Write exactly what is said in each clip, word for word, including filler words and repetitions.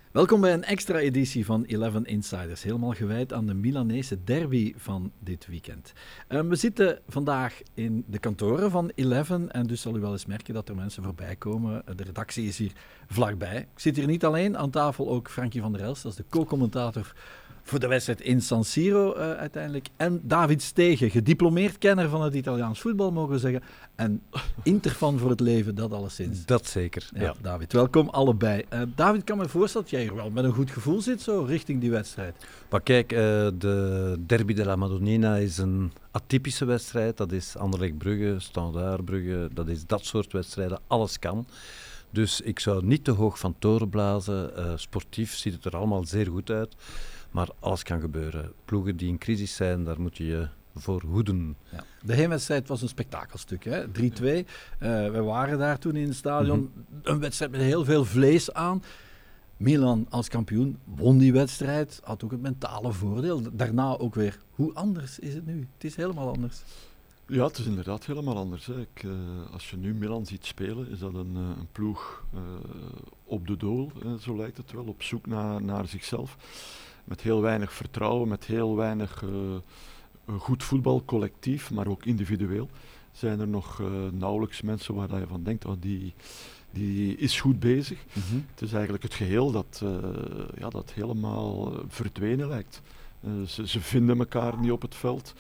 Welkom bij een extra editie van Eleven Insiders, helemaal gewijd aan de Milanese derby van dit weekend. Um, we zitten vandaag in de kantoren van Eleven en dus zal u wel eens merken dat er mensen voorbij komen. De redactie is hier vlakbij. Ik zit hier niet alleen, aan tafel ook Frankie van der Elst, dat is de co-commentator voor de wedstrijd in San Siro uh, uiteindelijk. En David Stegen, gediplomeerd kenner van het Italiaans voetbal, mogen we zeggen. En Interfan voor het leven, dat alleszins. Dat zeker, ja. ja. David, welkom allebei. Uh, David, kan me voorstellen dat jij hier wel met een goed gevoel zit, zo richting die wedstrijd. Maar kijk, uh, de Derby della Madonnina is een atypische wedstrijd. Dat is Anderlecht-Brugge, Standaard-Brugge, dat is dat soort wedstrijden. Alles kan. Dus ik zou niet te hoog van toren blazen. Uh, sportief ziet het er allemaal zeer goed uit. Maar alles kan gebeuren. Ploegen die in crisis zijn, daar moet je je voor hoeden. Ja. De heenwedstrijd was een spektakelstuk, hè? drie twee. Uh, we waren daar toen in het stadion. Mm-hmm. Een wedstrijd met heel veel vlees aan. Milan als kampioen won die wedstrijd. Had ook het mentale voordeel. Daarna ook weer. Hoe anders is het nu? Het is helemaal anders. Ja, het is inderdaad helemaal anders. Hè. Ik, uh, als je nu Milan ziet spelen, is dat een, uh, een ploeg uh, op de dool, uh, zo lijkt het wel, op zoek naar, naar zichzelf. Met heel weinig vertrouwen, met heel weinig uh, goed voetbal, collectief, maar ook individueel. Zijn er nog uh, nauwelijks mensen waar je van denkt, oh, die, die is goed bezig. Mm-hmm. Het is eigenlijk het geheel dat, uh, ja, dat helemaal verdwenen lijkt. Uh, ze, ze vinden elkaar niet op het veld.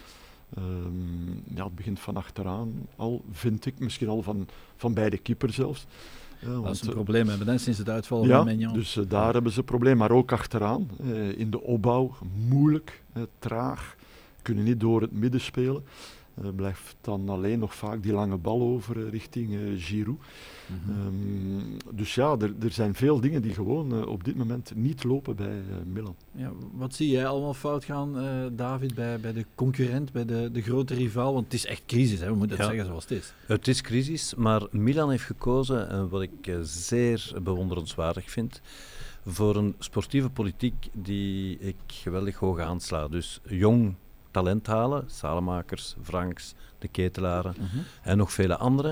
Um, ja, het begint van achteraan al, vind ik, misschien al van, van beide keepers zelfs. Ja, dat want, is een probleem hebben, hè, sinds het uitvallen ja, van Maignan. Dus uh, daar hebben ze een probleem, maar ook achteraan. Uh, in de opbouw, moeilijk, uh, traag, kunnen niet door het midden spelen. Uh, blijft dan alleen nog vaak die lange bal over uh, richting uh, Giroud. Mm-hmm. Um, dus ja, er, er zijn veel dingen die gewoon uh, op dit moment niet lopen bij uh, Milan. Ja, wat zie jij allemaal fout gaan, uh, David, bij, bij de concurrent, bij de, de grote rivaal? Want het is echt crisis, hè? We moeten het ja. zeggen zoals het is. Het is crisis, maar Milan heeft gekozen, uh, wat ik uh, zeer bewonderenswaardig vind, voor een sportieve politiek die ik geweldig hoog aansla. Dus jong talent halen, Salemakers, Franks, de Ketelaren mm-hmm. en nog vele anderen.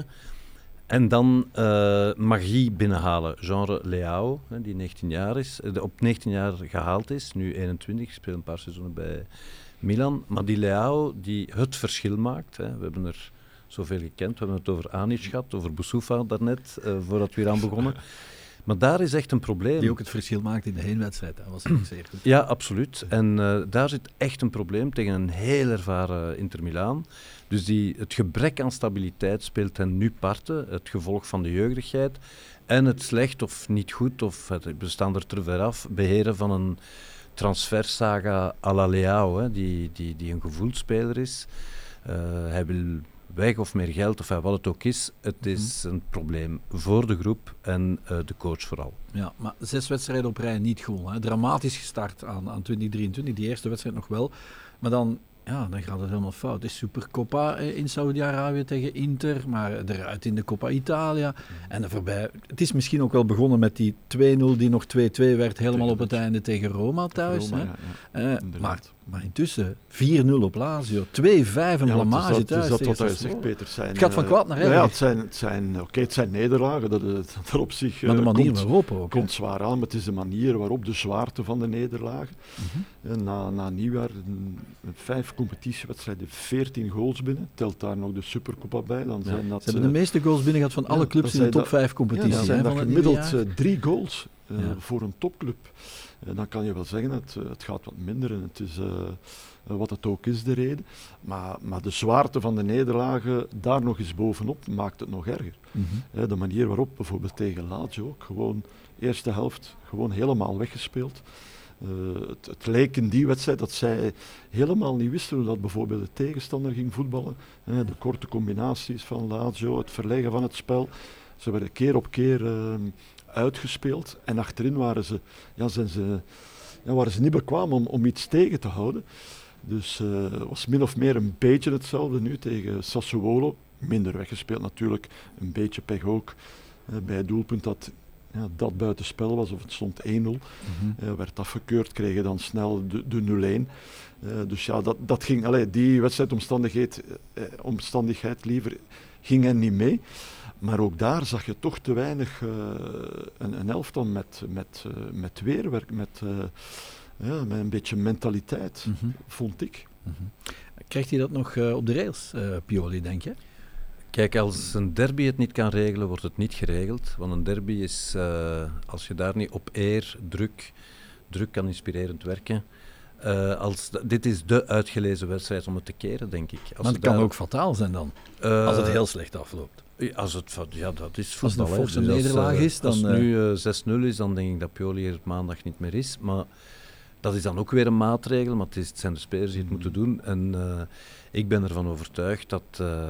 En dan uh, magie binnenhalen. Genre Leao, hè, die negentien jaar is, uh, op negentien jaar gehaald is, nu eenentwintig, speelt een paar seizoenen bij Milan. Maar die Leao die het verschil maakt. Hè. We hebben er zoveel gekend. We hebben het over Anic gehad, over Boussoufa daarnet, uh, voordat we hier aan begonnen. Maar daar is echt een probleem. Die ook het verschil maakt in de heenwedstrijd. Dat was ook zeer goed. Ja, absoluut. En uh, daar zit echt een probleem tegen een heel ervaren Inter Milaan. Dus die, het gebrek aan stabiliteit speelt hen nu parten, het gevolg van de jeugdigheid. En het slecht of niet goed, of het, we staan er te ver af, beheren van een transfersaga à la Leao, hè, die, die, die een gevoeld speler is. Uh, hij wil weg of meer geld, of wat het ook is. Het is een probleem voor de groep en uh, de coach vooral. Ja, maar zes wedstrijden op rij niet gewonnen. Hè. Dramatisch gestart aan, aan twintig drieëntwintig, die eerste wedstrijd nog wel. Maar dan, ja, dan gaat het helemaal fout. Het is Supercoppa in Saudi-Arabië tegen Inter, maar eruit in de Coppa Italia. En er voorbij. Het is misschien ook wel begonnen met die twee nul die nog twee twee werd, helemaal op het einde tegen Roma thuis. Roma, hè. Ja, ja. Uh, maar, maar intussen vier nul op Lazio, twee vijf een blamage ja, thuis. Dat is dat wat hij zegt, Peter. Zijn, het gaat van kwaad naar erger. Ja, het zijn, het zijn, oké, okay, het zijn nederlagen, dat, dat, dat op zich maar de manier komt, waarop ook, komt zwaar aan, maar het is de manier waarop, de zwaarte van de nederlagen. Mm-hmm. Na, na nieuwjaar een, een vijf competitiewedstrijden, veertien goals binnen, telt daar nog de Supercoppa bij. Dan zijn ja, dat, ze hebben de meeste goals binnen gehad van ja, alle clubs in de top vijf competitie. Ja, dan zijn hè, dat van gemiddeld uh, drie goals uh, ja. voor een topclub. Uh, dan kan je wel zeggen, het, uh, het gaat wat minder en het is... Uh, wat het ook is, de reden. Maar, maar de zwaarte van de nederlagen daar nog eens bovenop maakt het nog erger. Mm-hmm. He, de manier waarop, bijvoorbeeld tegen Lazio ook, gewoon eerste helft gewoon helemaal weggespeeld. Uh, het, het leek in die wedstrijd dat zij helemaal niet wisten hoe dat bijvoorbeeld de tegenstander ging voetballen. He, de korte combinaties van Lazio, het verleggen van het spel. Ze werden keer op keer uh, uitgespeeld en achterin waren ze, ja, zijn ze, ja, waren ze niet bekwaam om, om iets tegen te houden. Dus het uh, was min of meer een beetje hetzelfde nu tegen Sassuolo. Minder weggespeeld natuurlijk, een beetje pech ook. Uh, bij het doelpunt dat, ja, dat buitenspel was, of het stond één nul. Mm-hmm. Uh, werd afgekeurd, kregen dan snel de, de nul één. Uh, dus ja, dat, dat ging, allee, die wedstrijdomstandigheid uh, omstandigheid liever, ging hen niet mee. Maar ook daar zag je toch te weinig uh, een, een elftal met, met, uh, met weerwerk, met, uh, ja, met een beetje mentaliteit, mm-hmm. vond ik. Mm-hmm. Krijgt hij dat nog uh, op de rails, uh, Pioli, denk je? Kijk, als een derby het niet kan regelen, wordt het niet geregeld. Want een derby is, uh, als je daar niet op eer, druk, druk kan inspirerend werken. Uh, als d- dit is de uitgelezen wedstrijd om het te keren, denk ik. Als maar het kan daar... ook fataal zijn dan, uh, als het heel slecht afloopt. Als het, ja, dat is voetbal. Als het een forse dus nederlaag als, is, dan... Als het nu uh, zes nul is, dan denk ik dat Pioli er maandag niet meer is. Maar dat is dan ook weer een maatregel, maar het, is, het zijn de spelers die het moeten doen. En uh, ik ben ervan overtuigd dat... Uh,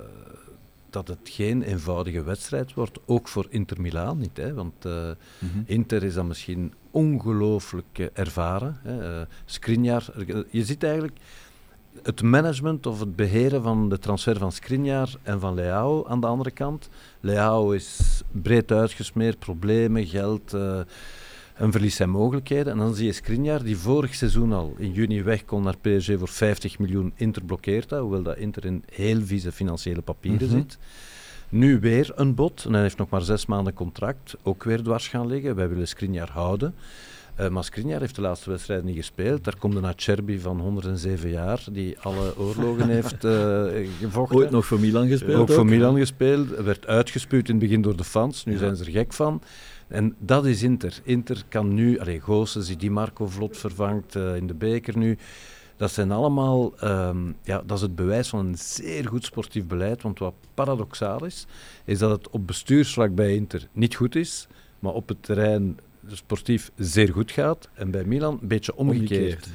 dat het geen eenvoudige wedstrijd wordt, ook voor Inter Milaan niet. Hè, want uh, mm-hmm. Inter is dan misschien ongelooflijk uh, ervaren. Hè, uh, Skriniar, je ziet eigenlijk het management of het beheren van de transfer van Skriniar en van Leao aan de andere kant. Leao is breed uitgesmeerd, problemen, geld, uh, een verlies zijn mogelijkheden. En dan zie je Skriniar, die vorig seizoen al in juni weg kon naar P S G voor vijftig miljoen. Inter blokkeert dat, hoewel dat Inter in heel vieze financiële papieren mm-hmm. zit. Nu weer een bod, en hij heeft nog maar zes maanden contract, ook weer dwars gaan liggen. Wij willen Skriniar houden. Uh, maar Skriniar heeft de laatste wedstrijd niet gespeeld. Daar komt een Acerbi van honderdzeven jaar, die alle oorlogen heeft uh, gevochten. Ooit nog voor Milan gespeeld. Ook, ook voor ook. Milan gespeeld. Werd uitgespuwd in het begin door de fans. Nu ja. zijn ze er gek van. En dat is Inter. Inter kan nu... Allee, Goossens die Di Marco vlot vervangt uh, in de beker nu. Dat zijn allemaal... Um, ja, dat is het bewijs van een zeer goed sportief beleid. Want wat paradoxaal is, is dat het op bestuursvlak bij Inter niet goed is, maar op het terrein sportief zeer goed gaat. En bij Milan een beetje omgekeerd. omgekeerd.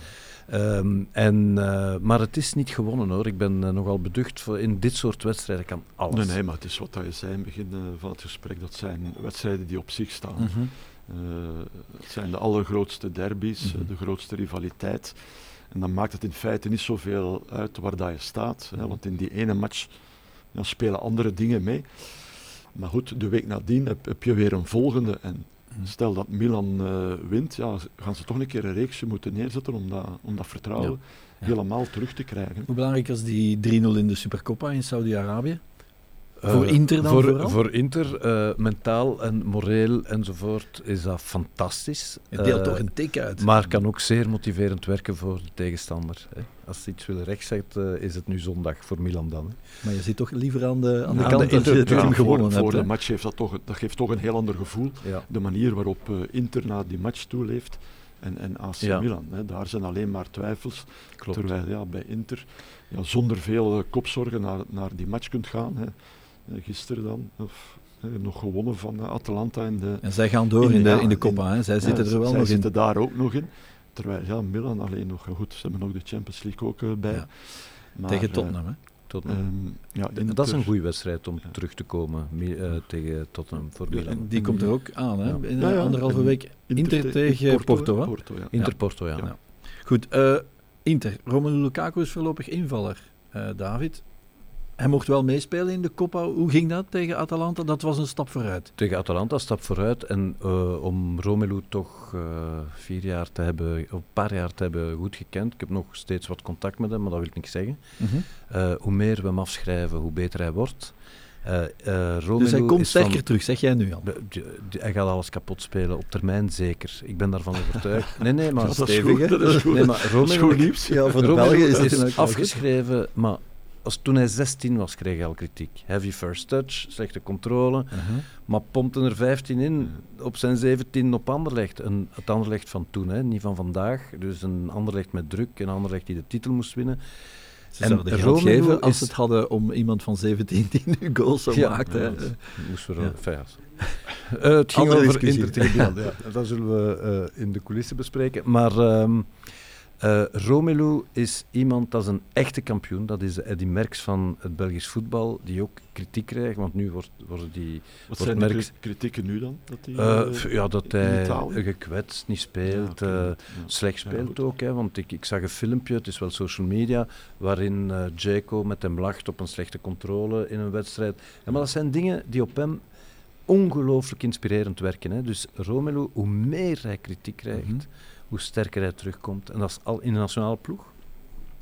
Um, en, uh, maar het is niet gewonnen hoor. Ik ben uh, nogal beducht voor in dit soort wedstrijden kan alles. Nee, nee, maar het is wat je zei in het begin uh, van het gesprek. Dat zijn wedstrijden die op zich staan. Mm-hmm. Uh, het zijn de allergrootste derbies, mm-hmm. uh, de grootste rivaliteit. En dan maakt het in feite niet zoveel uit waar dat je staat. Mm-hmm. Hè, want in die ene match ja, spelen andere dingen mee. Maar goed, de week nadien heb, heb je weer een volgende. En stel dat Milan uh, wint, ja, gaan ze toch een keer een reeksje moeten neerzetten om dat, om dat vertrouwen ja. Ja. helemaal terug te krijgen. Hoe belangrijk is die drie nul in de Supercoppa in Saudi-Arabië? Uh, voor Inter dan voor, vooral? Voor Inter, uh, mentaal en moreel enzovoort, is dat fantastisch. Het deelt uh, toch een tik uit. Maar kan ook zeer motiverend werken voor de tegenstander. Hè. Als ze iets willen rechtzetten, uh, is het nu zondag voor Milan dan. Hè. Maar je zit toch liever aan de, aan de ja, kant de Inter, dat je het ja, gewonnen voor, hebt. Voor de match heeft dat, toch, dat geeft toch een heel ander gevoel. Ja. De manier waarop uh, Inter naar die match toeleeft. En, en A C ja. Milan, hè, daar zijn alleen maar twijfels. Klopt. Terwijl ja, bij Inter ja, zonder veel uh, kopzorgen naar, naar die match kunt gaan. Hè. Uh, gisteren dan, of, uh, nog gewonnen van uh, Atalanta. In de, en zij gaan door in, in de, ja, in de Coppa, hè. Zij ja, zitten er wel zij nog zitten in. daar ook nog in. Terwijl ja, Milan alleen nog, goed, ze hebben nog de Champions League ook uh, bij. Ja. Maar, tegen Tottenham, hè? Tottenham. Um, ja, Inter, dat is een goede wedstrijd om ja. terug te komen uh, tegen Tottenham voor Milan. Ja, die komt er ook aan, hè? Ja. In ja, ja, anderhalve week. Inter, Inter tegen Porto, Porto, hè? Porto, ja. Inter Porto, ja. ja. Goed, uh, Inter. Romelu Lukaku is voorlopig invaller, uh, David. Hij mocht wel meespelen in de Coppa. Hoe ging dat tegen Atalanta? Dat was een stap vooruit. Tegen Atalanta een stap vooruit. En uh, om Romelu toch uh, vier jaar te hebben, of een paar jaar te hebben goed gekend. Ik heb nog steeds wat contact met hem, maar dat wil ik niet zeggen. Uh-huh. Uh, hoe meer we hem afschrijven, hoe beter hij wordt. Uh, uh, Romelu dus hij komt is sterker van, terug, zeg jij nu al? De, de, de, hij gaat alles kapot spelen, op termijn zeker. Ik ben daarvan overtuigd. Nee, nee, maar... Dat is stevig, dat is goed. Nee, maar Romelu, ja, voor de Belgen is het is afgeschreven, maar... Als toen hij zestien was, kreeg hij al kritiek. Heavy first touch, slechte controle. Uh-huh. Maar pompte er vijftien in op zijn zeventien op Anderlecht. Een, het Anderlecht van toen, hè, niet van vandaag. Dus een Anderlecht met druk, een Anderlecht die de titel moest winnen. Ze zouden geld geven als ze het hadden om iemand van zeventien die nu goals zou ja, maken. Ja, moesten we ja. ja. uh, Het ging Andere over Inter tegen Milan. Ja, dat zullen we uh, in de coulissen bespreken. Maar... Um, Uh, Romelu is iemand, dat is een echte kampioen. Dat is Eddy Merckx van het Belgisch voetbal, die ook kritiek krijgt, want nu wordt, worden die... Wat wordt zijn Merckx, de kritieken nu dan? Dat, die, uh, uh, ja, dat hij gekwetst, niet speelt, ja, okay. uh, ja. slecht speelt ja, ook. Hè, want ik, ik zag een filmpje, het is wel social media, waarin uh, Dzeko met hem lacht op een slechte controle in een wedstrijd. Ja, maar dat zijn dingen die op hem ongelooflijk inspirerend werken. Hè. Dus Romelu, hoe meer hij kritiek krijgt... Mm-hmm. hoe sterker hij terugkomt. En dat is al in de nationale ploeg.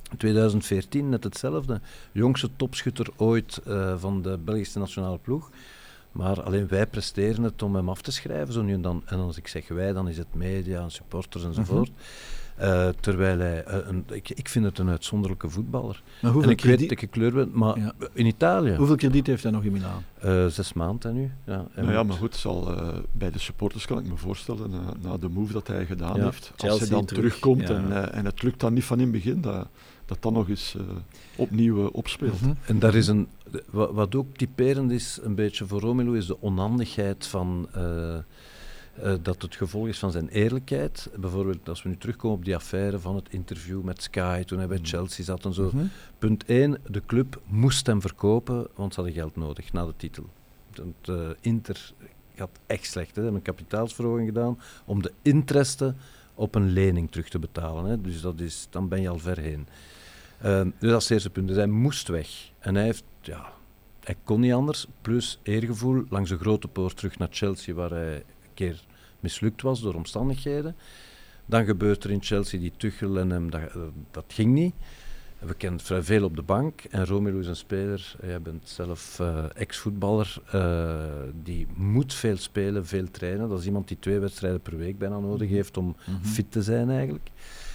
twintig veertien net hetzelfde. Jongste topschutter ooit uh, van de Belgische nationale ploeg. Maar alleen wij presteren het om hem af te schrijven, zo nu en dan. En als ik zeg wij, dan is het media en supporters enzovoort. Mm-hmm. Uh, terwijl hij, uh, een, ik, ik vind het een uitzonderlijke voetballer. Maar en ik krediet... weet dat ik gekleurd ben, maar ja. in Italië... Hoeveel krediet heeft hij nog in Milaan? Uh, zes maanden nu. Ja, nou ja, maar goed, zal, uh, bij de supporters kan ik me voorstellen, uh, na de move dat hij gedaan ja. heeft, Chelsea als hij dan terug. terugkomt ja. en, uh, en het lukt dan niet van in het begin, dat, dat dan nog eens uh, opnieuw uh, opspeelt. Mm-hmm. En daar is een... Wat, wat ook typerend is, een beetje voor Romelu, is de onhandigheid van... Uh, Uh, dat het gevolg is van zijn eerlijkheid. Bijvoorbeeld als we nu terugkomen op die affaire van het interview met Sky, toen hij bij Chelsea zat en zo. Mm-hmm. Punt één, de club moest hem verkopen, want ze hadden geld nodig na de titel. Het uh, Inter had echt slecht. Hè. Ze hebben een kapitaalsverhoging gedaan om de interesten op een lening terug te betalen. Hè. Dus dat is, dan ben je al ver heen. Uh, dus dat is het eerste punt. Dus hij moest weg. En hij heeft... Ja, hij kon niet anders. Plus eergevoel langs de grote poort terug naar Chelsea, waar hij een keer mislukt was door omstandigheden. Dan gebeurt er in Chelsea die Tuchel en hem, dat, dat ging niet. We kennen vrij veel op de bank. En Romelu is een speler, jij bent zelf uh, ex-voetballer, uh, die moet veel spelen, veel trainen. Dat is iemand die twee wedstrijden per week bijna nodig heeft om mm-hmm. fit te zijn eigenlijk.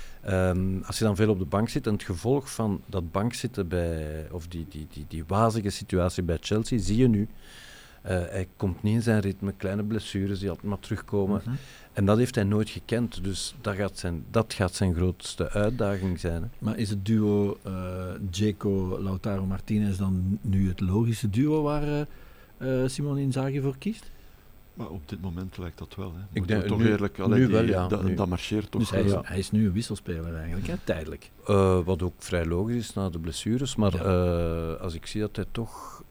Um, als je dan veel op de bank zit, en het gevolg van dat bankzitten bij, of die, die, die, die wazige situatie bij Chelsea, zie je nu. Uh, hij komt niet in zijn ritme, kleine blessures die altijd maar terugkomen. Mm-hmm. En dat heeft hij nooit gekend, dus dat gaat zijn, dat gaat zijn grootste uitdaging zijn. Hè. Maar is het duo uh, Dzeko, Lautaro Martinez dan nu het logische duo waar uh, uh, Simone Inzaghi voor kiest? Maar op dit moment lijkt dat wel. Hè. Ik denk, toch nu, eerlijk, nu die, wel, ja. Dat, nu. dat marcheert toch. Dus hij is, ja. hij is nu een wisselspeler eigenlijk, hè, tijdelijk. Uh, wat ook vrij logisch is na de blessures, maar ja. uh, als ik zie dat hij toch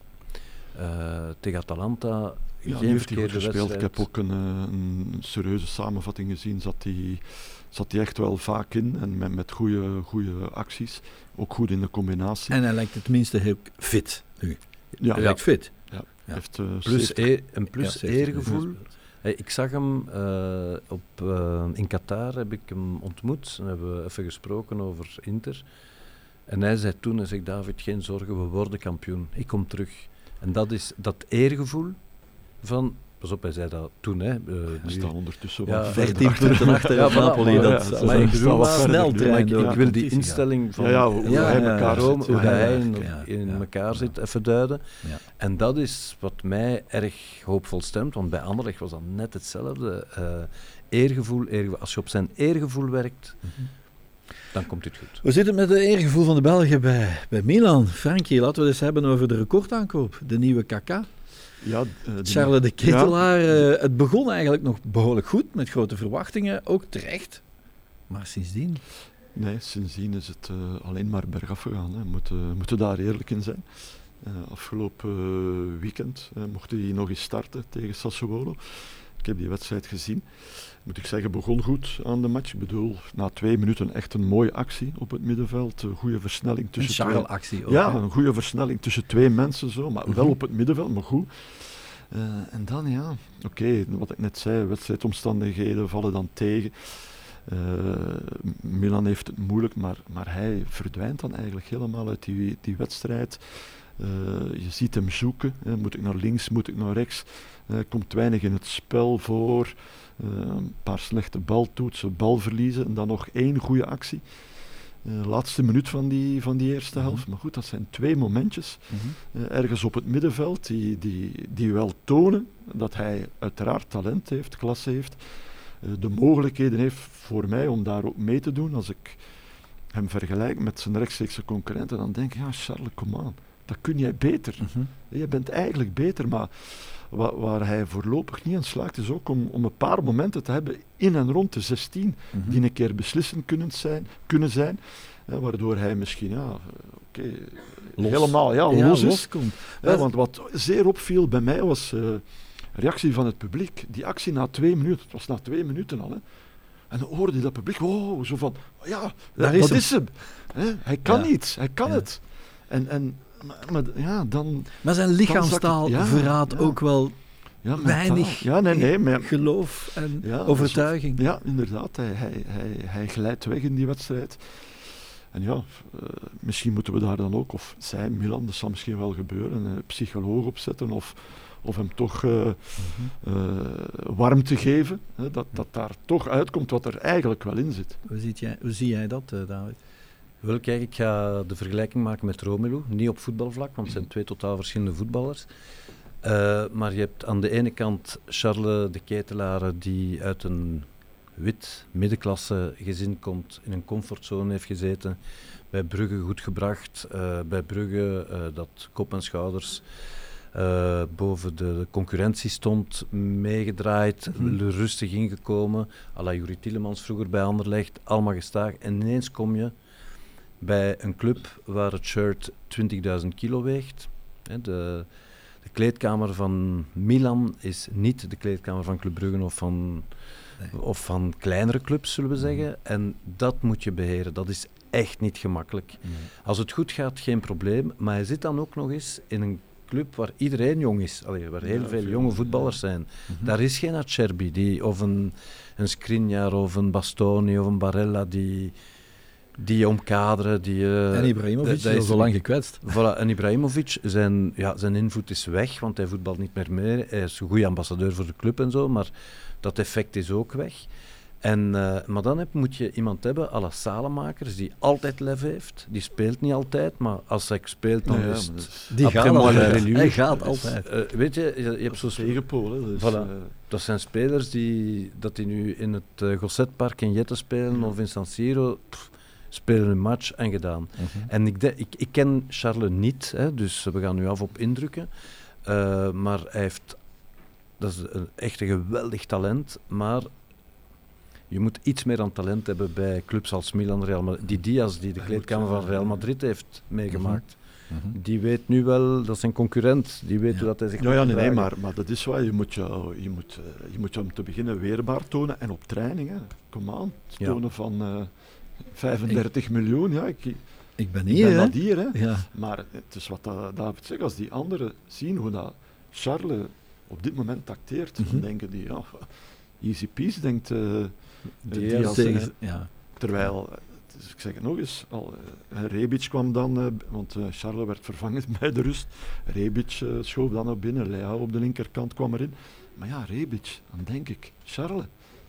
uh, tegen Atalanta ja, geen heeft hij goed gespeeld. wedstrijd. Ik heb ook een, een serieuze samenvatting gezien, zat hij, zat hij echt wel vaak in en met, met goede acties, ook goed in de combinatie. En hij lijkt het minste heel fit nu. Ja, hij lijkt fit. Ja. Ja. Heeft, uh, plus e- een plus ja, eergevoel. Hey, ik zag hem uh, op, uh, in Qatar, heb ik hem ontmoet en hebben we even gesproken over Inter. En hij zei toen, hij zegt, David, geen zorgen, we worden kampioen. Ik kom terug. En dat is dat eergevoel van... Pas op, hij zei dat toen. Hè, uh, hij staat ondertussen ja, wat veertien punten achter ja, Napoli. Maar, dat, ja, ja, maar ik bedoel wel snel trainen. Ik, ik wil die instelling van ja, ja, hoe ja, hij in ja, elkaar Rome, zit. hoe Ja, hij ja, in, ja, in ja, elkaar ja. zit, even duiden. Ja. En dat is wat mij erg hoopvol stemt, want bij Anderlecht was dat net hetzelfde. Uh, eergevoel, eergevoel. Als je op zijn eergevoel werkt... Mm-hmm. Dan komt dit goed. We zitten met het eergevoel van de Belgen bij, bij Milan. Frankie, laten we het eens hebben over de recordaankoop. De nieuwe K K. Ja, uh, Charles de Ketelaar. Ja. Uh, het begon eigenlijk nog behoorlijk goed, met grote verwachtingen. Ook terecht. Maar sindsdien... Nee, sindsdien is het uh, alleen maar bergaf gegaan. We moeten, moeten daar eerlijk in zijn. Uh, afgelopen uh, weekend uh, mocht hij nog eens starten tegen Sassuolo. Ik heb die wedstrijd gezien. Moet ik zeggen, begon goed aan de match. Ik bedoel, na twee minuten echt een mooie actie op het middenveld. Een goede versnelling tussen een twee... actie ook. Ja, een goede versnelling tussen twee mensen zo, maar mm-hmm. wel op het middenveld, maar goed. Uh, en dan, ja, oké, okay, wat ik net zei, wedstrijdomstandigheden vallen dan tegen. Uh, Milan heeft het moeilijk, maar, maar hij verdwijnt dan eigenlijk helemaal uit die, die wedstrijd. Uh, je ziet hem zoeken, hè. Moet ik naar links, moet ik naar rechts. Uh, komt weinig in het spel voor. Uh, een paar slechte baltoetsen, bal verliezen en dan nog één goede actie. Uh, laatste minuut van die, van die eerste helft. Mm-hmm. Maar goed, dat zijn twee momentjes mm-hmm. uh, ergens op het middenveld die, die, die wel tonen dat hij uiteraard talent heeft, klasse heeft. Uh, de mogelijkheden heeft voor mij om daar ook mee te doen. Als ik hem vergelijk met zijn rechtstreekse concurrenten, dan denk ik, ja Charles, kom aan. Dat kun jij beter. Mm-hmm. Je bent eigenlijk beter, maar wa- waar hij voorlopig niet aan slaagt, is ook om, om een paar momenten te hebben in en rond de zestien, mm-hmm. die een keer beslissend kunnen zijn, kunnen zijn hè, waardoor hij misschien ja, okay, helemaal ja, ja, los is. Loskomt. Ja, want wat zeer opviel bij mij was uh, reactie van het publiek. Die actie na twee minuten, het was na twee minuten al. Hè. En dan hoorde dat publiek, wow, zo van, ja, Daar dat is hem. is hem. Hè, hij kan ja. iets, hij kan ja. het. En, en Maar, maar, ja, dan, maar zijn lichaamstaal ja, verraadt ja. ook wel ja, weinig ja, nee, nee, maar, geloof en ja, overtuiging. Ja, inderdaad. Hij, hij, hij, hij glijdt weg in die wedstrijd. en ja, uh, misschien moeten we daar dan ook, of zij, Milan, dat zal misschien wel gebeuren, een psycholoog opzetten of, of hem toch uh, mm-hmm. uh, warmte geven, hè, dat, dat daar toch uitkomt wat er eigenlijk wel in zit. Hoe, ziet jij, hoe zie jij dat, uh, David? Wel, kijk, ik ga de vergelijking maken met Romelu, niet op voetbalvlak, want het zijn twee totaal verschillende voetballers. Uh, maar je hebt aan de ene kant Charles de Ketelaere, die uit een wit middenklasse gezin komt, in een comfortzone heeft gezeten, bij Brugge goed gebracht, uh, bij Brugge uh, dat kop en schouders uh, boven de concurrentie stond, meegedraaid, mm. rustig ingekomen, à la Juri Tielemans vroeger bij Anderlecht, allemaal gestaag. En ineens kom je bij een club waar het shirt twintigduizend kilo weegt. Hè, de, de kleedkamer van Milan is niet de kleedkamer van Club Brugge of van, nee. of van kleinere clubs, zullen we zeggen. Mm. En dat moet je beheren. Dat is echt niet gemakkelijk. Mm. Als het goed gaat, geen probleem. Maar je zit dan ook nog eens in een club waar iedereen jong is. Allee, waar heel ja, veel jonge voetballers zijn. Mm-hmm. Daar is geen Acerbi die, of een, een Skriniar of een Bastoni of een Barella die... die je omkaderen. Die, uh, en Ibrahimovic is al zo lang gekwetst. Voilà, en Ibrahimovic, zijn, ja, zijn invloed is weg, want hij voetbalt niet meer mee. Hij is een goede ambassadeur voor de club en zo, maar dat effect is ook weg. En, uh, maar dan heb, moet je iemand hebben, à la Salemakers, die altijd lef heeft. Die speelt niet altijd, maar als hij speelt, dan ja, is het... Die gaat altijd. Hij gaat altijd. Uh, weet je, je, je hebt zo'n... Tegenpolen. Dus, voilà. uh, dat zijn spelers die, dat die nu in het uh, Gossetpark in Jette spelen, ja. of in San Siro... Pff, spelen een match en gedaan. Uh-huh. En ik, de, ik, ik ken Charles niet, hè, dus we gaan nu af op indrukken. Uh, maar hij heeft... Dat is een, echt een geweldig talent, maar je moet iets meer aan talent hebben bij clubs als Milan, Real Madrid. Die Diaz, die de kleedkamer van Real Madrid heeft meegemaakt, uh-huh. Uh-huh. die weet nu wel, dat is een concurrent, die weet ja. hoe dat hij zich Ja, ja nee, nee maar, maar dat is waar. Je moet je, je, moet, je moet je om te beginnen weerbaar tonen en op training, hè. Kom aan, tonen ja. van... Uh, vijfendertig ik, miljoen, ja. Ik, ik ben hier, ben hier, hè. Ja. Maar het is wat dat, David zegt, als die anderen zien hoe dat Charles op dit moment tacteert, mm-hmm. dan denken die, ja, easy peasy, denkt uh, die als, uh, ja. Terwijl, dus ik zeg het nog eens, al, uh, Rebic kwam dan, uh, want uh, Charles werd vervangen bij de rust, Rebic uh, schoof dan naar binnen, Leao op de linkerkant kwam erin. Maar ja, Rebic, dan denk ik, Charles,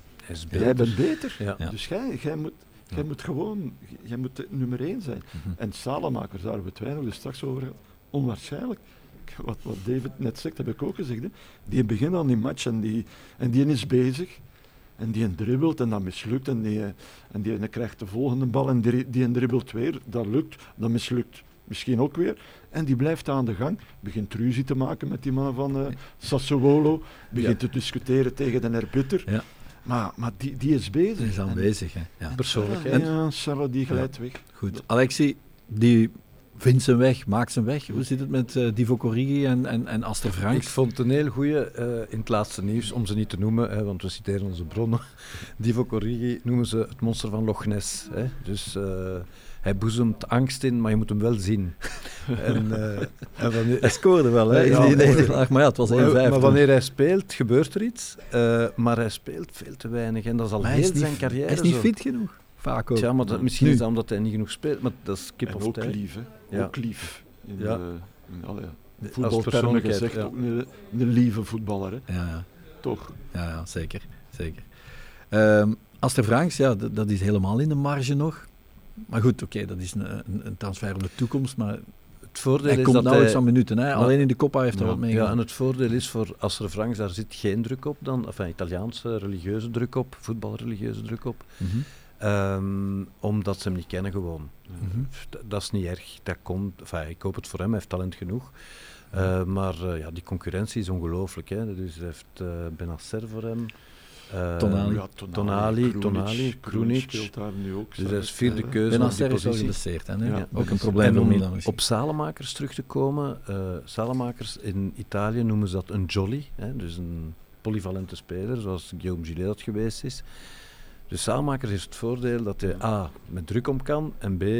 jij bent beter, ja. Ja. dus jij, jij moet... Ja. Jij moet gewoon, jij moet nummer één zijn. Mm-hmm. En Salemakers, daar hebben we het weinig dus straks over gehad, onwaarschijnlijk. Wat, wat David net zegt, heb ik ook gezegd. Hè. Die begint aan die match en die, en die is bezig. En die dribbelt en dat mislukt. En die, en die krijgt de volgende bal en die, die dribbelt weer. Dat lukt, dat mislukt misschien ook weer. En die blijft aan de gang. Begint ruzie te maken met die man van uh, Sassuolo. Begint ja. te discussiëren tegen de arbiter. Ja. Maar, maar die, die is bezig. Die is aanwezig, hè. Ja. Persoonlijk. Ja, ja, Charles, die glijdt ja. weg. Goed. Alexi, die vindt zijn weg, maakt zijn weg. Hoe zit het met uh, Divock Origi en, en, en Aster Franks? Ik vond het een heel goeie uh, in het laatste nieuws, om ze niet te noemen, hè, want we citeren onze bronnen. Divock Origi noemen ze het monster van Loch Ness. Hè. Dus... Uh, hij boezemt angst in, maar je moet hem wel zien. en, uh, en wanneer... Hij scoorde wel, hè? Ja, in de maar ja, het was één vijf. Maar wanneer hij speelt, gebeurt er iets. Uh, maar hij speelt veel te weinig. En dat is al heel zijn niet, carrière Hij is niet zo. fit genoeg. Vaak ook. Ja, maar dat, misschien nu. Is dat omdat hij niet genoeg speelt. Maar dat is kip en of ook tijd. lief, hè? Ja. Ook lief. In ja. de, in alle voetbaltermen gezegd, ja. ook een, een lieve voetballer. Hè? Ja, ja. Toch? Ja, ja zeker. zeker. Um, Aster Franks, ja, d- dat is helemaal in de marge nog. Maar goed, oké, okay, dat is een, een, een transfer om de toekomst, maar het voordeel hij is komt dat nauwelijks hij... aan minuten. Hè? Alleen in de Coppa heeft hij ja, wat meegedaan. Ja, en het voordeel is voor Aster Franks, daar zit geen druk op dan, enfin, Italiaanse religieuze druk op, voetbalreligieuze druk op, mm-hmm. um, omdat ze hem niet kennen gewoon. Mm-hmm. D- dat is niet erg, dat komt, enfin, ik hoop het voor hem, hij heeft talent genoeg. Uh, maar uh, ja, die concurrentie is ongelooflijk. Hè? Dus hij heeft uh, Benacer voor hem. Uh, Tonali, ja, Tonali, Tonali, Tonali, Krunic speelt daar nu ook. Dus hij is vierde keuze Benacer op die is wel positie. geblesseerd, hè? Ja, ja, ook een probleem voor Milan. Op Salemakers terug te komen. Uh, Salemakers in Italië noemen ze dat een jolly, hè? Dus een polyvalente speler, zoals Guillaume Gillet dat geweest is. Dus Salemakers heeft het voordeel dat hij A, met druk om kan en B,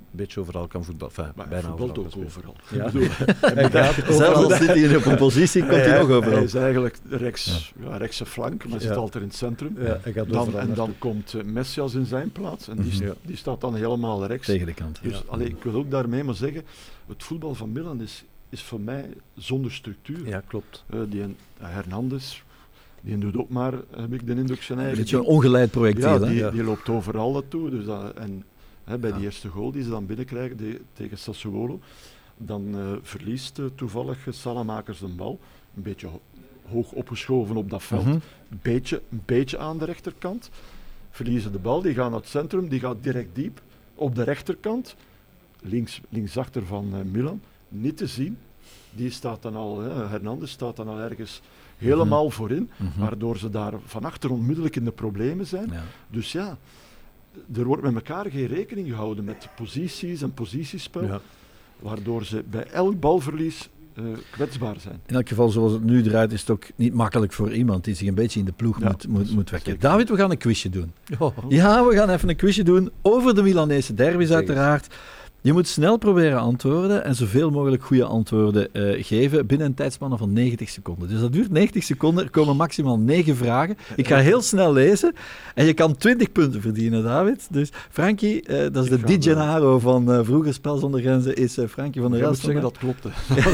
een beetje overal kan voetballen. Enfin, Maar bijna hij voetbalt overal. ook overal. Ja. Ik bedoel, hij gaat Zelfs al zit hij op een positie, komt hij, hij, nog overal. Hij is eigenlijk rechts, ja. Ja, rechtse flank, maar Ja. zit altijd in het centrum. Ja, hij gaat Dan, overal en dan naartoe. komt uh, Messias in zijn plaats en die, Mhm. st- die staat dan helemaal rechts. Tegen de kant. Dus Ja. allee, ik wil ook daarmee maar zeggen, het voetbal van Milan is, is voor mij zonder structuur. Ja, klopt. Uh, die een, uh, Hernandez, die doet ook maar, heb ik de indruk, zijn Een eigen beetje een ding. ongeleid projectiel. Ja, hè? die, Ja. die loopt overal naartoe. Dus dat, en hè, bij Ja. die eerste goal die ze dan binnenkrijgen die, tegen Sassuolo, dan uh, verliest uh, toevallig uh, Salamakers de bal. Een beetje ho- hoog opgeschoven op dat veld. Mhm. Een beetje, een beetje aan de rechterkant. Verliezen de bal, die gaan naar het centrum, die gaat direct diep. Op de rechterkant, links, linksachter van uh, Milan, niet te zien. Die staat dan al, hè, Hernandez staat dan al ergens helemaal voorin, Mhm. waardoor ze daar van achter onmiddellijk in de problemen zijn. Ja. Dus ja, er wordt met elkaar geen rekening gehouden met posities en positiespel, Ja. waardoor ze bij elk balverlies uh, kwetsbaar zijn. In elk geval, zoals het nu eruit is, het ook niet makkelijk voor iemand die zich een beetje in de ploeg Ja, moet, moet, moet wekken. zeker. David, we gaan een quizje doen. Oh. Ja, we gaan even een quizje doen over de Milanese derbies Zeg eens. uiteraard. Je moet snel proberen antwoorden en zoveel mogelijk goede antwoorden eh, geven binnen een tijdspanne van negentig seconden. Dus dat duurt negentig seconden, er komen maximaal negen vragen. Ik ga heel snel lezen en je kan twintig punten verdienen, David. Dus Frankie, eh, dat is Ik de ga Di de- Gennaro van uh, vroeger Spel zonder Grenzen, is uh, Frankie van der Ik moet Elst. zeggen, dat klopt. Hè.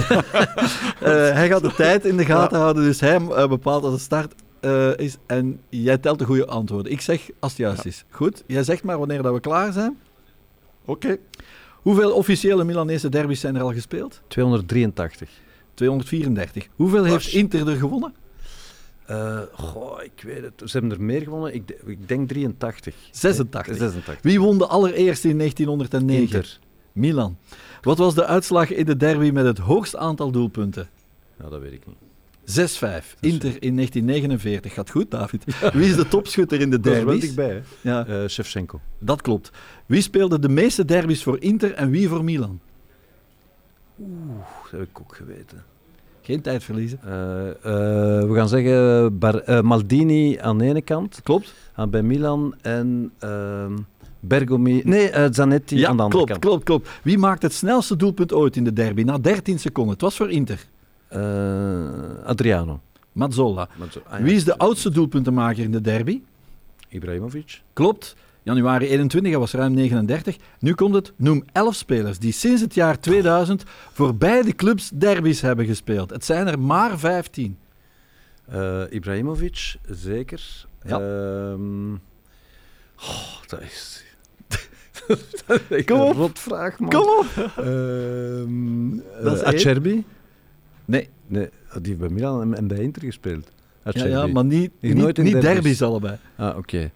Uh, hij gaat de tijd in de gaten houden, dus hij uh, bepaalt als het start uh, is. En jij telt de goede antwoorden. Ik zeg als het juist Ja. is. Goed, jij zegt maar wanneer dat we klaar zijn. Oké, Hoeveel officiële Milanese derbies zijn er al gespeeld? tweehonderddrieëntachtig. tweehonderdvierendertig. Hoeveel heeft Ars. Inter er gewonnen? Uh, goh, ik weet het. Ze hebben er meer gewonnen. Ik, de- ik denk drieëntachtig. zesentachtig. zesentachtig. Wie won de allereerste in negentienhonderdnegen? Inter. Milan. Wat was de uitslag in de derby met het hoogst aantal doelpunten? Ja, dat weet ik niet. zes vijf. Inter in negentien negenenveertig. Gaat goed, David. Wie is de topschutter in de Dat is wel derbies? dichtbij, hè? Ja, Uh, Shevchenko. dat klopt. Wie speelde de meeste derbies voor Inter en wie voor Milan? Oeh, dat heb ik ook geweten. Geen tijd verliezen. Uh, uh, we gaan zeggen Bar- uh, Maldini aan de ene kant, Klopt? aan bij Milan en uh, Bergomi. Nee, uh, Zanetti Ja, aan de andere klopt, kant. klopt, klopt. Wie maakte het snelste doelpunt ooit in de derby? Na dertien seconden. Het was voor Inter. Uh, Adriano. Mazzola. Maar zo- ah ja, Wie is de oudste doelpuntenmaker in de derby? Ibrahimovic. Klopt. Januari eenentwintig, hij was ruim negenendertig. Nu komt het. Noem elf spelers die sinds het jaar tweeduizend voor beide clubs derbies hebben gespeeld. Het zijn er maar vijftien. Uh, Ibrahimovic, zeker. Ja. Ehm, oh, dat is... dat is echt Kom op. een rotvraag, man. Kom op! Ehm, Dat is uh, één. Acerbi? Nee, Nee, die heeft bij Milan en- en bij Inter gespeeld. ja, Acerbi. ja, maar niet, Die is niet, nooit in niet derbies. derbies allebei. Ah, oké.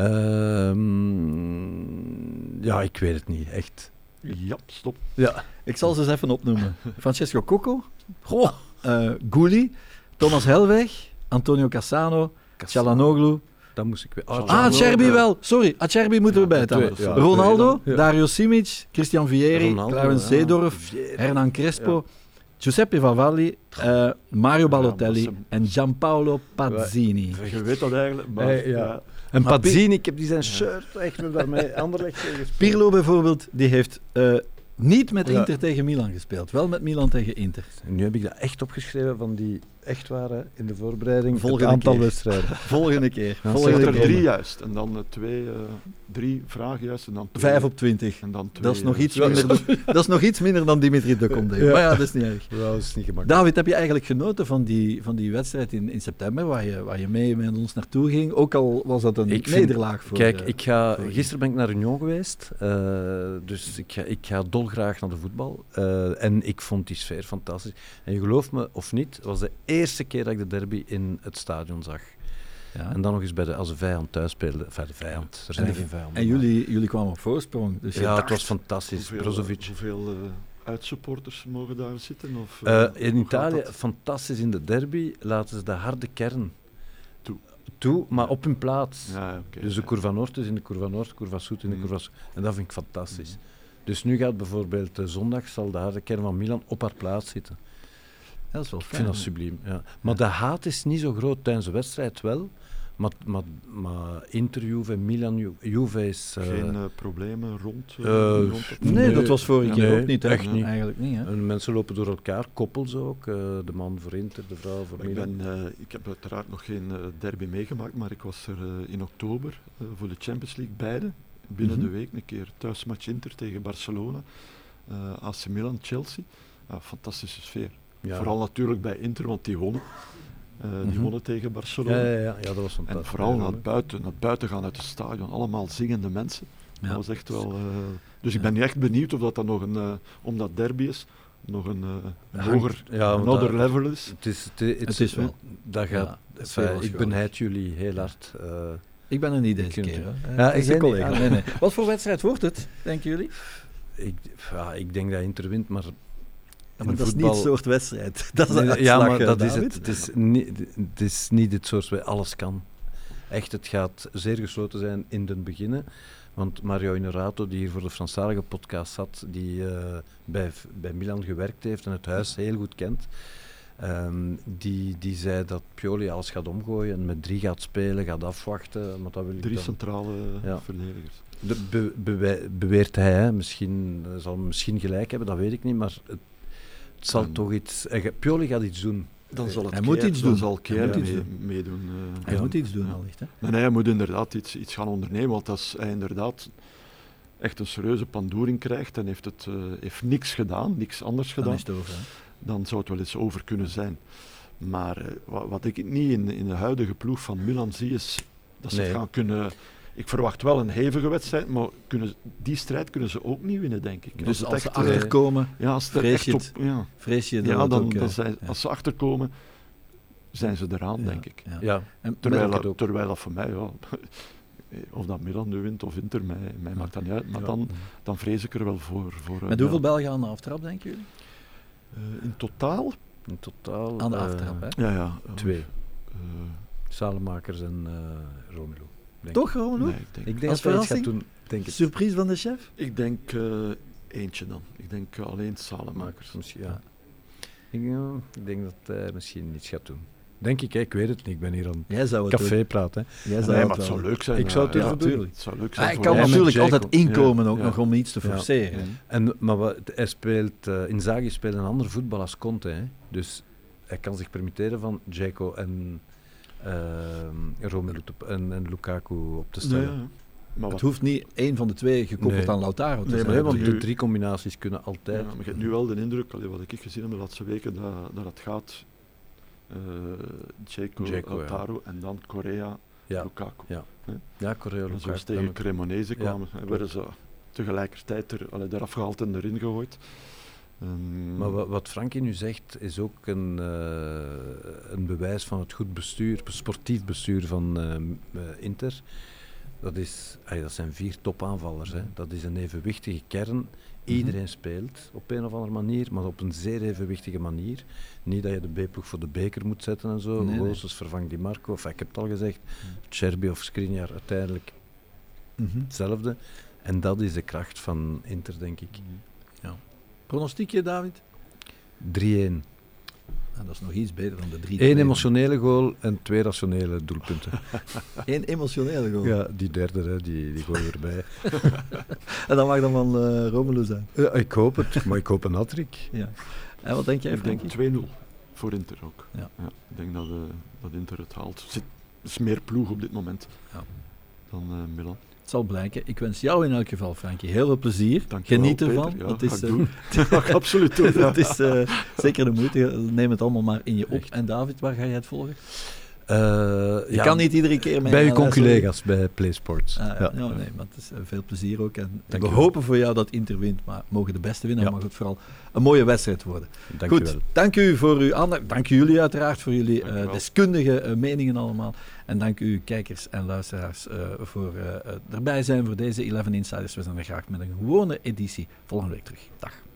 Ehm, ja, ik weet het niet, echt. ja, stop. Ja. Ik zal ze eens even opnoemen. Francesco Cocco, Goh, uh, Gulli, Thomas Helweg, Antonio Cassano, Çalhanoğlu. Dat moest ik weten. Ah, Ah, Acerbi ja. wel. Sorry, Acerbi moeten we Ja, bijtellen. twee, ja. Ronaldo, Ja. Dario Simic, Christian Vieri, Ronaldo, Clarence ja. Seedorf, Vieri. Hernan Crespo, Giuseppe Valvalli, uh, Mario Balotelli dat is en Gianpaolo Pazzini. Je weet dat eigenlijk, maar Hey, ja. ja. En Maar Pazzini, ik heb die zijn shirt echt met daarmee Anderlecht tegen gespeeld. Pirlo bijvoorbeeld, die heeft uh, niet met Ja. Inter tegen Milan gespeeld. Wel met Milan tegen Inter. En nu heb ik dat echt opgeschreven van die echt waren in de voorbereiding. Volgende het aantal keer. wedstrijden. Volgende keer. Ja, Je Volgende hebt er keer. drie juist en dan uh, twee, uh, drie vragen juist en dan twee. Vijf op twintig. En dan twee, Dat is, nog uh, iets minder dan, dat is nog iets minder dan Dimitri Ducombe. Ja. Maar ja, dat is niet erg. Ja, dat is niet gemakkelijk. David, heb je eigenlijk genoten van die, van die wedstrijd in, in september, waar je, waar je mee met ons naartoe ging? Ook al was dat een Ik vind- nederlaag voor... Kijk, eh, ik ga, voor- gisteren ben ik naar Union geweest, uh, dus ik ga, ik ga dolgraag naar de voetbal. Uh, en ik vond die sfeer fantastisch. En je gelooft me of niet, het was de eerste keer dat ik de derby in het stadion zag. ja. En dan nog eens bij de, als de vijand thuis speelde. Enfin, de vijand, er zijn En de- geen vijanden. En jullie, jullie kwamen op voorsprong. Dus je Ja, dacht- het was fantastisch. Hoeveel, Brozovic. hoeveel uh, uitsupporters mogen daar zitten? Of, Uh, uh, in hoe Italië, gaat dat? fantastisch in de derby, laten ze de harde kern Toe. toe maar op hun plaats. Ja, oké. Dus de Curva Noord is in de Curva Noord, Curva Sud in de Mm. Curva Sud. En dat vind ik fantastisch. Mm. Dus nu gaat bijvoorbeeld uh, zondag zal de harde kern van Milan op haar plaats zitten. dat is wel Ik fijn. vind dat subliem. Ja. Maar de haat is niet zo groot tijdens de wedstrijd wel. Maar, maar, maar Inter, Juve, Milan, Ju- Juve is... Uh, Geen uh, problemen rond, uh, uh, rond het... Nee, nee, dat was vorige keer nee, ook niet. Hè? Echt niet. Eigenlijk niet. Hè? En mensen lopen door elkaar, koppels ook. Uh, de man voor Inter, de vrouw voor ik, Milan. ben, uh, ik heb uiteraard nog geen uh, derby meegemaakt, maar ik was er uh, in oktober uh, voor de Champions League beide. Binnen mm-hmm. de week een keer thuismatch Inter tegen Barcelona. Uh, A C Milan, Chelsea. Uh, fantastische sfeer. Ja. Vooral natuurlijk bij Inter, want die wonnen. Uh, mm-hmm. Die wonnen tegen Barcelona. Ja, ja, ja. ja dat was fantastisch. En vooral naar het buiten, naar het buiten gaan uit het stadion. Allemaal zingende mensen. Ja. Dat was echt wel... Uh, dus ja. ik ben niet echt benieuwd of dat, dat nog een... Uh, omdat derby is, nog een, uh, een hoger, ja, een other dat, level is. Het is, het is, het is wel. Dat gaat, ja, fijn, ik benijd jullie heel hard. Uh, ik ben er niet deze keer. Uh, ja, ik ben collega. Ah, nee, nee. Wat voor wedstrijd wordt het, denken jullie? Ik, ja, ik denk dat Inter wint, maar... Ja, maar dat voetbal... is niet het soort wedstrijd. Dat is een nee, ja, maar dat is het. Het is, niet, het is niet het soort waar alles kan. Echt, het gaat zeer gesloten zijn in den beginnen. Want Mario Innorato, die hier voor de Franstalige podcast zat, die uh, bij, bij Milan gewerkt heeft en het huis heel goed kent, um, die, die zei dat Pioli alles gaat omgooien en met drie gaat spelen, gaat afwachten. Maar dat wil ik drie dan... centrale ja. verdedigers. De, be, be, beweert hij, hè. Misschien uh, zal hij misschien gelijk hebben, dat weet ik niet, maar het, het zal en toch iets... Uh, Pioli gaat iets doen. Dan zal het hij keer, moet iets doen. Dan zal Keer mee, doen. meedoen. Uh, hij ja. moet iets doen, ja. allicht. Hè? Nee, nee, hij moet inderdaad iets, iets gaan ondernemen, want als hij inderdaad echt een serieuze pandoering krijgt en heeft, het, uh, heeft niks gedaan, niks anders gedaan, dan, is het over, dan zou het wel eens over kunnen zijn. Maar uh, wat, wat ik niet in, in de huidige ploeg van Milan zie, is dat ze nee. gaan kunnen... Ik verwacht wel een hevige wedstrijd, maar kunnen, die strijd kunnen ze ook niet winnen, denk ik. Dus als, als ze achterkomen, ja, als vrees, je op, het, ja. vrees je ja, dan, ook, dan zijn, ja. als ze achterkomen, zijn ze eraan, ja, denk ik. Ja. Ja. En terwijl, dat, terwijl dat voor mij, ja, of dat Milan nu wint of Inter, mij, mij ja. maakt dat niet uit. Maar ja. dan, dan vrees ik er wel voor. voor Met hoeveel Belgen aan de aftrap, denken jullie? Uh, in totaal? In totaal aan de uh, aftrap, hè? Ja, ja. Twee. Uh, Salemakers en uh, Romelu. Toch, Romelu? Nee, ik denk, ik denk dat hij iets gaat doen. Denk het. Surprise van de chef? Ik denk uh, eentje dan. Ik denk uh, alleen Salemakers. Misschien, ja. Ik, uh, ik denk dat hij misschien iets gaat doen. Denk ik, hè, ik weet het niet. Ik ben hier aan het café doen. praten. Jij zou nee, het maar het zou leuk zijn. Ik zou het ja, doen. Het zou leuk zijn. Hij kan natuurlijk altijd inkomen ja, ook ja. nog om iets te forceren. Ja, ja. En, maar wat, hij speelt, uh, Inzaghi speelt een ander voetbal als Conte. Hè. Dus hij kan zich permitteren van Dzeko en uh, Romelu en, en Lukaku op te stellen. Ja, ja. Maar het hoeft niet één van de twee gekoppeld nee. aan Lautaro te nee, zijn. Nee, want de drie combinaties kunnen altijd. Ja, maar je hebt nu wel de indruk, allee, wat ik gezien heb de laatste weken, dat, dat het gaat uh, Dzeko, Lautaro ja. en dan Correa, ja. Lukaku. Ja, ja. ja Correa, Lukaku. Zoals tegen Cremonese kwamen, ja. werden ze tegelijkertijd er, allee, eraf gehaald en erin gegooid. Um, maar wat, wat Frankie nu zegt, is ook een, uh, een bewijs van het goed bestuur, sportief bestuur van uh, uh, Inter. Dat, is, ay, dat zijn vier topaanvallers. Hè. Dat is een evenwichtige kern. Iedereen mm-hmm. speelt op een of andere manier, maar op een zeer evenwichtige manier. Niet dat je de B-ploeg voor de beker moet zetten en zo. Nee, Gozes nee. vervangt Di Marco. Of, ik heb het al gezegd. Cherby mm. of Skriniar uiteindelijk mm-hmm. hetzelfde. En dat is de kracht van Inter, denk ik. Mm-hmm. Ja. Pronostiekje, David? drie-een. Ah, dat is nog iets beter dan de drie. Eén emotionele goal en twee rationele doelpunten. Eén emotionele goal? Ja, die derde, hè, die, die gooi je erbij. En dat mag dan van uh, Romelu zijn? Ja, ik hoop het, maar ik hoop een hat-trick. Ja. En wat denk jij, Ik Frankie? denk twee-nul voor Inter ook. Ja. Ja, ik denk dat, uh, dat Inter het haalt. Er is meer ploeg op dit moment ja. dan uh, Milan. Het zal blijken. Ik wens jou in elk geval, Frankie, heel veel plezier. Dankjewel, Geniet Peter. ervan. Ja, het is, ga ik uh, doen. Dat ga ik absoluut doen. Het is uh, zeker de moeite. Neem het allemaal maar in je op. Echt. En David, waar ga jij het volgen? Uh, je ja, kan niet iedere keer mee. Bij uw conculega's bij PlaySports. Ah, ja, ja. Ja, nee, maar het is uh, veel plezier ook. En we hopen voor jou dat Inter wint, maar mogen de beste winnen. Ja. Mag het vooral een mooie wedstrijd worden. Dank Goed, je wel. Dank u voor uw aandacht. Dank jullie uiteraard voor jullie uh, deskundige uh, meningen allemaal. En dank u kijkers en luisteraars uh, voor uh, erbij zijn voor deze elf Insiders. We zijn er graag met een gewone editie volgende week terug. Dag.